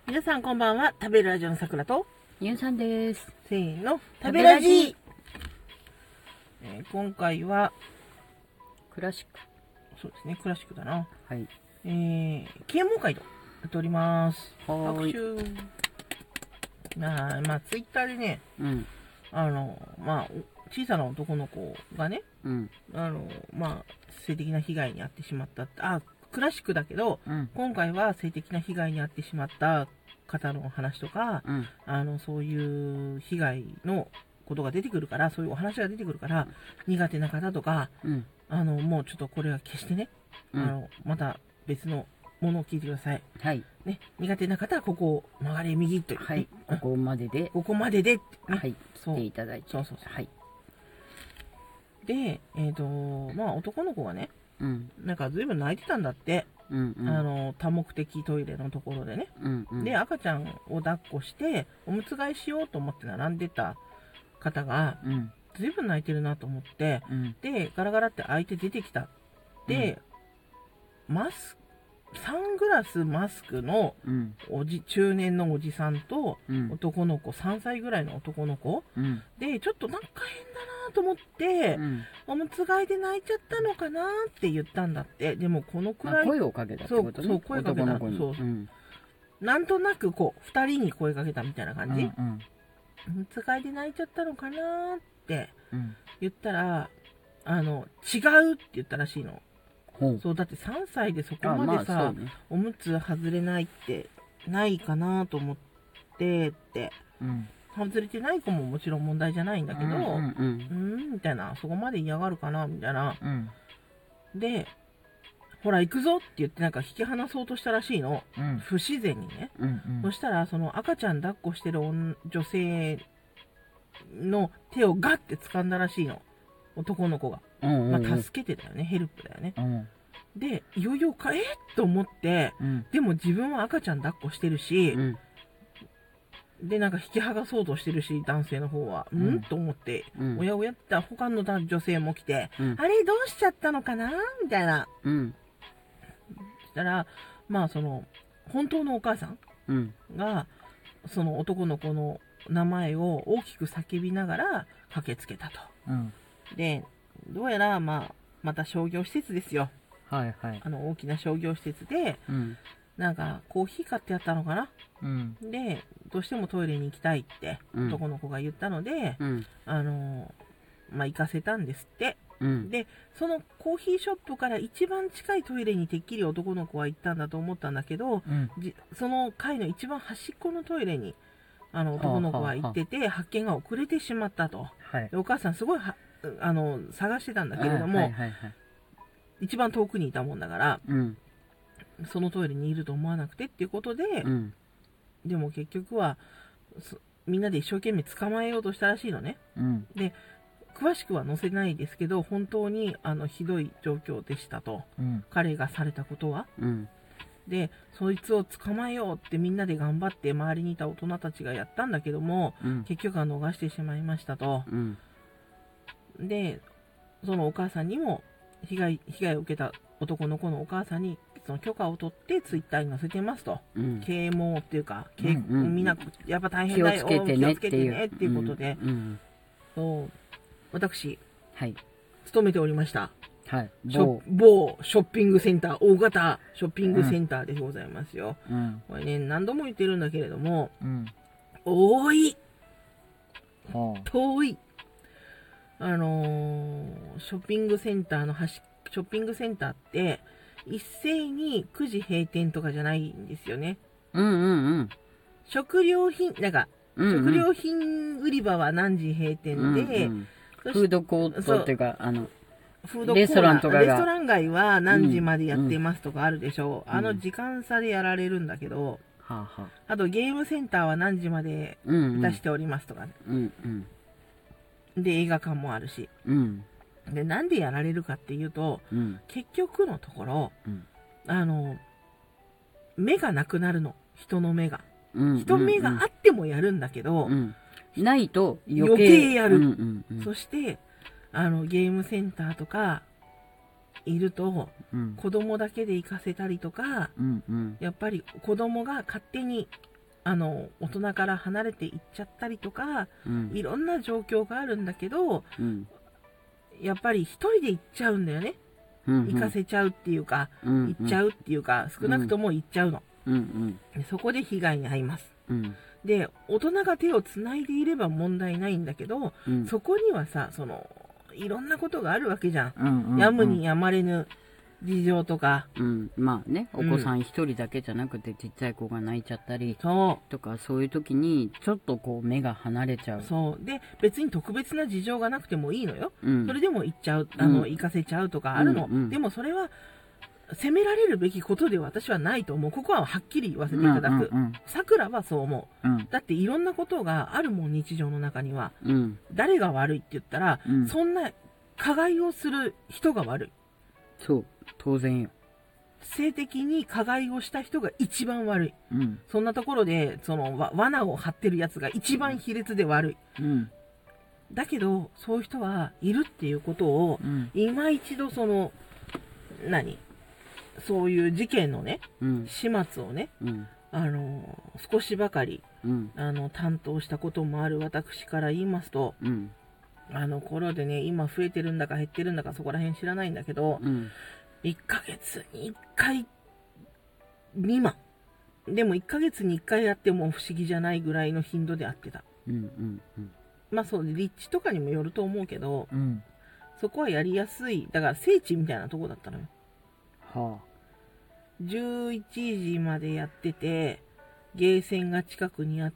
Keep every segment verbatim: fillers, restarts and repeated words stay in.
皆さんこんばんは。食べるラジオのさくらとゆうさんです。 せーの、食べラジ、えー、今回はクラシック。 そうですね、クラシックだな。 はい。 えー、啓蒙会とやっております。 はーい。 拍手。まあ、まあ、ツイッターでね、 うん。 あの、まあ、小さな男の子がね、 うん。 あの、まあ、性的な被害に遭ってしまったって。あ、クラシックだけど、 うん。 今回は性的な被害に遭ってしまった方の話とか、 うん。 あの、そういう被害のことが出てくるから、そういうお話が出てくるから、うん、苦手な方とか、 うん、 あの、もうちょっとこれは決してね、 うん、 あの、また別のものを聞いてください。 はい。 ね、苦手な方はここを曲がれ右と。 はい。ここまでで。 ここまでで、ね、 はい。そう。来ていただいて。 そうそうそう。 はい。 で、えっ、ー、と、まあ男の子がね、 うん、 なんか随分泣いてたんだって。 うんうん、 あの多目的トイレのところでね、 うんうん、 で赤ちゃんを抱っこしておむつ替えしようと思って並んでた方が、うん、ずいぶん泣いてるなと思って、うん、でガラガラって開いて出てきた。で、うん、マスサングラスマスクのおじ、うん、中年のおじさんと男の子、さんさいぐらいの男の子、うん、でちょっとなんか変だなと思って、うん、おむつ替えで泣いちゃったのかなって言ったんだって。でもこのくらい声をかけたってことね。 そうそう声かけた。そう、うん、なんとなくこうふたりに声かけたみたいな感じ、うんうん、おむつ替えで泣いちゃったのかなって言ったら、あの違うって言ったらしいの。そうだってさんさいでそこまでさ、まあね、おむつ外れないってないかなと思ってって、うん、外れてない子ももちろん問題じゃないんだけど、うん、うんうん、みたいな、そこまで嫌がるかなみたいな、うん、でほら行くぞって言ってなんか引き離そうとしたらしいの、うん、不自然にね、うんうん、そしたらその赤ちゃん抱っこしてる女性の手をガッて掴んだらしいの、男の子が。うんうんうん、まあ、助けてだよね、ヘルプだよね、うん、でいよいよかえっと思って、うん、でも自分は赤ちゃん抱っこしてるし、うん、でなんか引き剥がそうとしてるし男性の方は、うん、んと思って、うん、おやおやって他の女性も来て、うん、あれどうしちゃったのかなみたいな、うん、そしたらまあその本当のお母さんが、うん、その男の子の名前を大きく叫びながら駆けつけたと、うん、でどうやら、まあ、また商業施設ですよ。はいはい。あの大きな商業施設で、うん、なんかコーヒー買ってやったのかな。うん、で、どうしてもトイレに行きたいって男の子が言ったので、うん、あのまあ、行かせたんですって。うん、で、そのコーヒーショップから一番近いトイレにてっきり男の子は行ったんだと思ったんだけど、うん、じその階の一番端っこのトイレにあの男の子は行ってて、はあはあ、発見が遅れてしまったと。はい、でお母さんすごいはあの探してたんだけれども、はいはいはい、一番遠くにいたもんだから、うん、そのトイレにいると思わなくてっていうことで、うん、でも結局はみんなで一生懸命捕まえようとしたらしいのね、うん、で詳しくは載せないですけど本当にあのひどい状況でしたと、うん、彼がされたことは、うん、でそいつを捕まえようってみんなで頑張って周りにいた大人たちがやったんだけども、うん、結局は逃してしまいましたと、うん、でそのお母さんにも被害、被害を受けた男の子のお母さんにその許可を取ってツイッターに載せてますと、うん、啓蒙っていうか、うんうん、みんなやっぱ大変だよ、 気をつけてねっていうことで、うんうん、そう私、はい、勤めておりました、はい、某, 某ショッピングセンター、大型ショッピングセンターでございますよ、うん、これね何度も言ってるんだけれども、うん、多い、はあ、遠い、あのー、ショッピングセンターの端、ショッピングセンターって一斉にくじ閉店とかじゃないんですよね。うんうんうん。食料品、なんか、うんうん、食料品売り場は何時閉店で、うんうん、 フードコートっていうか、あの、 フードコート、レストランとかがレストラン街は何時までやってますとかあるでしょう。うんうん、あの時間差でやられるんだけど、うん、はあはあ、あとゲームセンターは何時まで出しておりますとか、ね、うんうん、で映画館もあるし、うん、でなんでやられるかっていうと、うん、結局のところ、うん、あの目がなくなるの、人の目が、うん、人目があってもやるんだけど、うん、 ないと余計、 余計やる、うんうんうん、そしてあのゲームセンターとかいると、うん、子供だけで行かせたりとか、うんうん、やっぱり子供が勝手にあの大人から離れていっちゃったりとか、 うん、 いろんな状況があるんだけど、 うん、 やっぱり一人で行っちゃうんだよね。 うん、 行かせちゃうっていうか、 うん、 行っちゃうっていうか、少なくとも行っちゃうの。 うん、 でそこで被害に遭います。 うん、 で、大人が手をつないでいれば問題ないんだけど、 うん、 そこにはさ、その、いろんなことがあるわけじゃん。 うんうん、 やむにやまれぬ事情とか。 うん、まあね、お子さん一人だけじゃなくて、ちっちゃい子が泣いちゃったり、 そとか、そういう時に、ちょっとこう、目が離れちゃう。 そう。で、別に特別な事情がなくてもいいのよ。 うん、 それでも行っちゃう、あの、 うん行かせちゃうとかあるの。 うんうん、 でもそれは、責められるべきことで私はないと思う。ここははっきり言わせていただく。さくらはそう思う、うん。だっていろんなことがあるもん、日常の中には。うん、誰が悪いって言ったら、うん、そんな加害をする人が悪い。 そう、当然よ。 性的に加害をした人が一番悪い。うん、そんなところで、その、わ、罠を張ってるやつが一番卑劣で悪い。うん、だけど、そういう人はいるっていうことを、うん、今一度その、何そういう事件のね、うん、始末をね、うん、あの少しばかり、うん、あの担当したこともある私から言いますと、うん、あの頃でね、今増えてるんだか減ってるんだかそこら辺知らないんだけど、うん、いっかげつにいっかい未満。でもいっかげつにいっかいやっても不思議じゃないぐらいの頻度であってた。うんうんうん、まあそう、立地とかにもよると思うけど、うん、そこはやりやすい。だから聖地みたいなとこだったのよ。はあ、じゅういちじまでやってて、ゲーセンが近くにあって、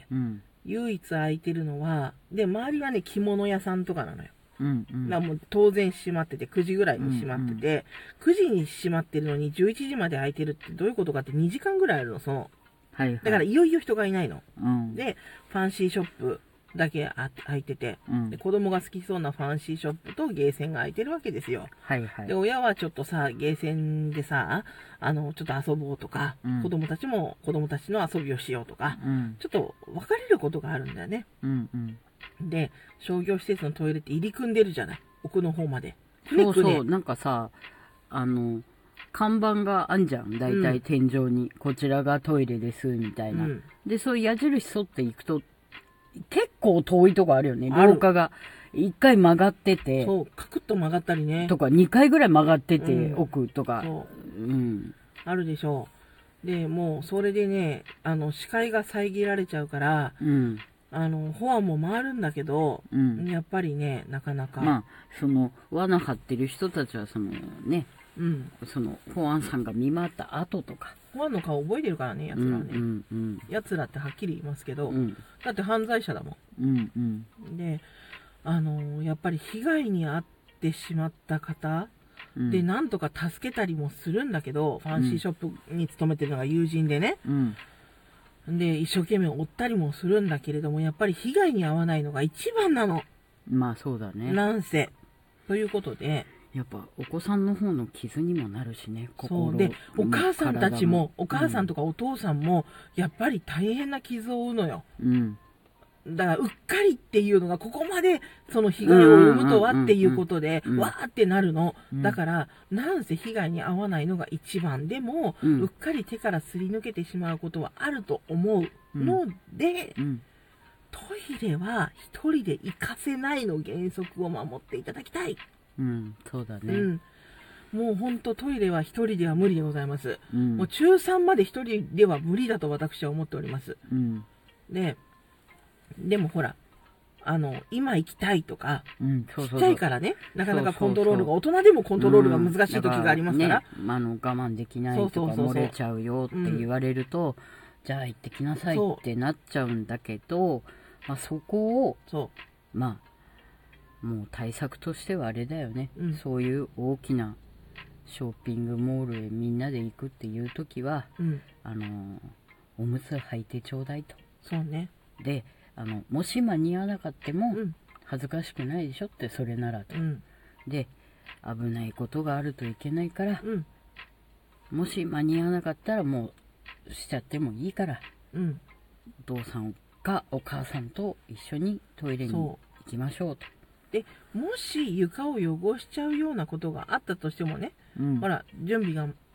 うん、唯一空いてるのは、で、周りはね、着物屋さんとかなのよ。うんうん、だからもう当然閉まってて、くじぐらいに閉まってて、うんうん、くじに閉まってるのにじゅういちじまで空いてるってどういうことかってにじかんぐらいあるの、その。はいはい、だからいよいよ人がいないの。うん、で、ファンシーショップだけ開いてて、うん、で子供が好きそうなファンシーショップとゲーセンが開いてるわけですよ。はいはい、で親はちょっとさ、ゲーセンでさ、あのちょっと遊ぼうとか、うん、子供たちも子供たちの遊びをしようとか、うん、ちょっと分かれることがあるんだよね。うんうん、で、商業施設のトイレって入り組んでるじゃない、奥の方まで。 そうそう、なんかさ、あの看板があんじゃん、だいたい天井に、うん、こちらがトイレですみたいな、うん、でそういう矢印沿っていくと結構遠いとこあるよね、廊下がいっかい曲がってて、 そうカクッと曲がったりね、 とかにかいぐらい曲がってて、うん、奥とか、そう、 うん、あるでしょう。でもうそれでね、あの視界が遮られちゃうから、うん、あのフォアも回るんだけど、うん、やっぱりね、なかなか、 まあその罠張ってる人たちはそのね、うん、その保安さんが見回った後とか、 保安の顔覚えてるからね、やつらはね、うんうんうん、やつらってはっきり言いますけど、うん、だって犯罪者だもん、うんうん、で、あのやっぱり被害に遭ってしまった方、うん、でなんとか助けたりもするんだけど、ファンシーショップに勤めてるのが友人でね、うん、で一生懸命追ったりもするんだけれども、やっぱり被害に遭わないのが一番なの。 まあそうだね、 なんせということで、 やっぱお子さんの方の傷にもなるしね、 心そうで、お母さんたちも、お母さんとかお父さんもやっぱり大変な傷を負うのよ、うん、だからうっかりっていうのがここまでその被害を生むとはっていうことでわーってなるの、うん、だからなんせ被害に遭わないのが一番でも、うん、うっかり手からすり抜けてしまうことはあると思うので、うんうん、トイレは一人で行かせないの原則を守っていただきたい。 うん、そうだね。うん、 もう本当トイレは一人では無理でございます。うん、もう中さんまで一人では無理だと私は思っております。うん、で、でもほら、あの、今行きたいとか、うん、そうそうそう、ちっちゃいからね、なかなかコントロールが、大人でもコントロールが難しい時がありますから。 うん、ね、あの我慢できないとか漏れちゃうよって言われると、うん、じゃあ行ってきなさいってなっちゃうんだけど、まあ、そこを、そう、まあ、もう対策としてはあれだよね、うん、そういう大きなショッピングモールへみんなで行くっていう時は、うん、あのおむつ履いてちょうだいと。 そうね。で、 あのもし間に合わなかったも、うん、恥ずかしくないでしょって、それならと、うん、で危ないことがあるといけないから、うん、もし間に合わなかったらもうしちゃってもいいから、うん、お父さんかお母さんと一緒にトイレに行きましょうと。 でもし床を汚しちゃうようなことがあったとしてもね、うん、ほら準備が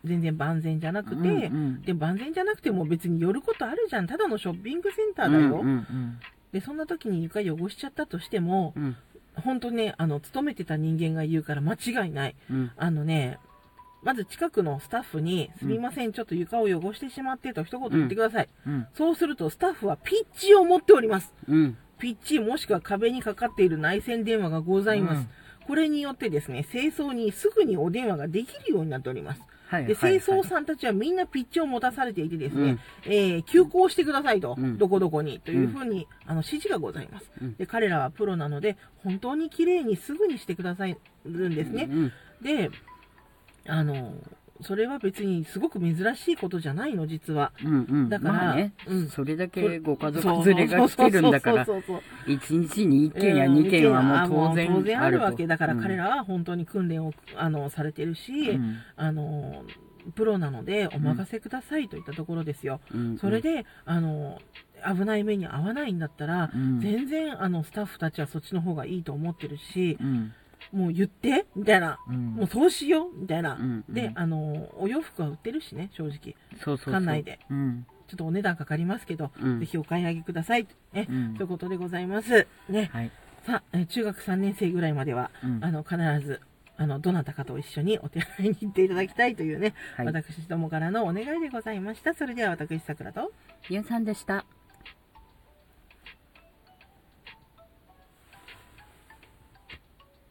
全然万全じゃなくて、うんうん、で万全じゃなくても別に寄ることあるじゃん。ただのショッピングセンターだよ。うんうんうん、でそんな時に床汚しちゃったとしても、うん、本当ね、あの勤めてた人間が言うから間違いない。うん、あのね、まず近くのスタッフに、すみません、うん、ちょっと床を汚してしまってと一言言ってください。うんうん、そうするとスタッフはピッチを持っております。うん、ピッチもしくは壁にかかっている内線電話がございます。うん、これによってですね、清掃にすぐにお電話ができるようになっております。で清掃さんたちはみんなピッチを持たされていてですね、うん、えー、休校してくださいと、うん、どこどこにというふうに、うん、あの指示がございます、うん、で彼らはプロなので本当に綺麗にすぐにしてくださるんですね、うんうん、であのそれは別にすごく珍しいことじゃないの実は、うんうん、だから、まあね、うん、それだけご家族連れが来てるんだからいちにちにいっけんやにけんはもう当然あると、当然あるわけだから、うん、彼らは本当に訓練をあのされてるし、うん、あのプロなのでお任せくださいといったところですよ、うん、それであの危ない目に遭わないんだったら、うん、全然あのスタッフたちはそっちの方がいいと思ってるし、うん、もう言ってみたいな、うん、もうそうしようみたいな、うんうん、であのお洋服は売ってるしね、正直そうそうそう館内で、うん、ちょっとお値段かかりますけど、うん、ぜひお買い上げください、ね、うん、ということでございますね、はい、さあ中学さんねん生ぐらいまでは、うん、あの必ずあのどなたかと一緒にお手洗いに行っていただきたいというね、はい、私どもからのお願いでございました。それでは私さくらとゆうさんでした。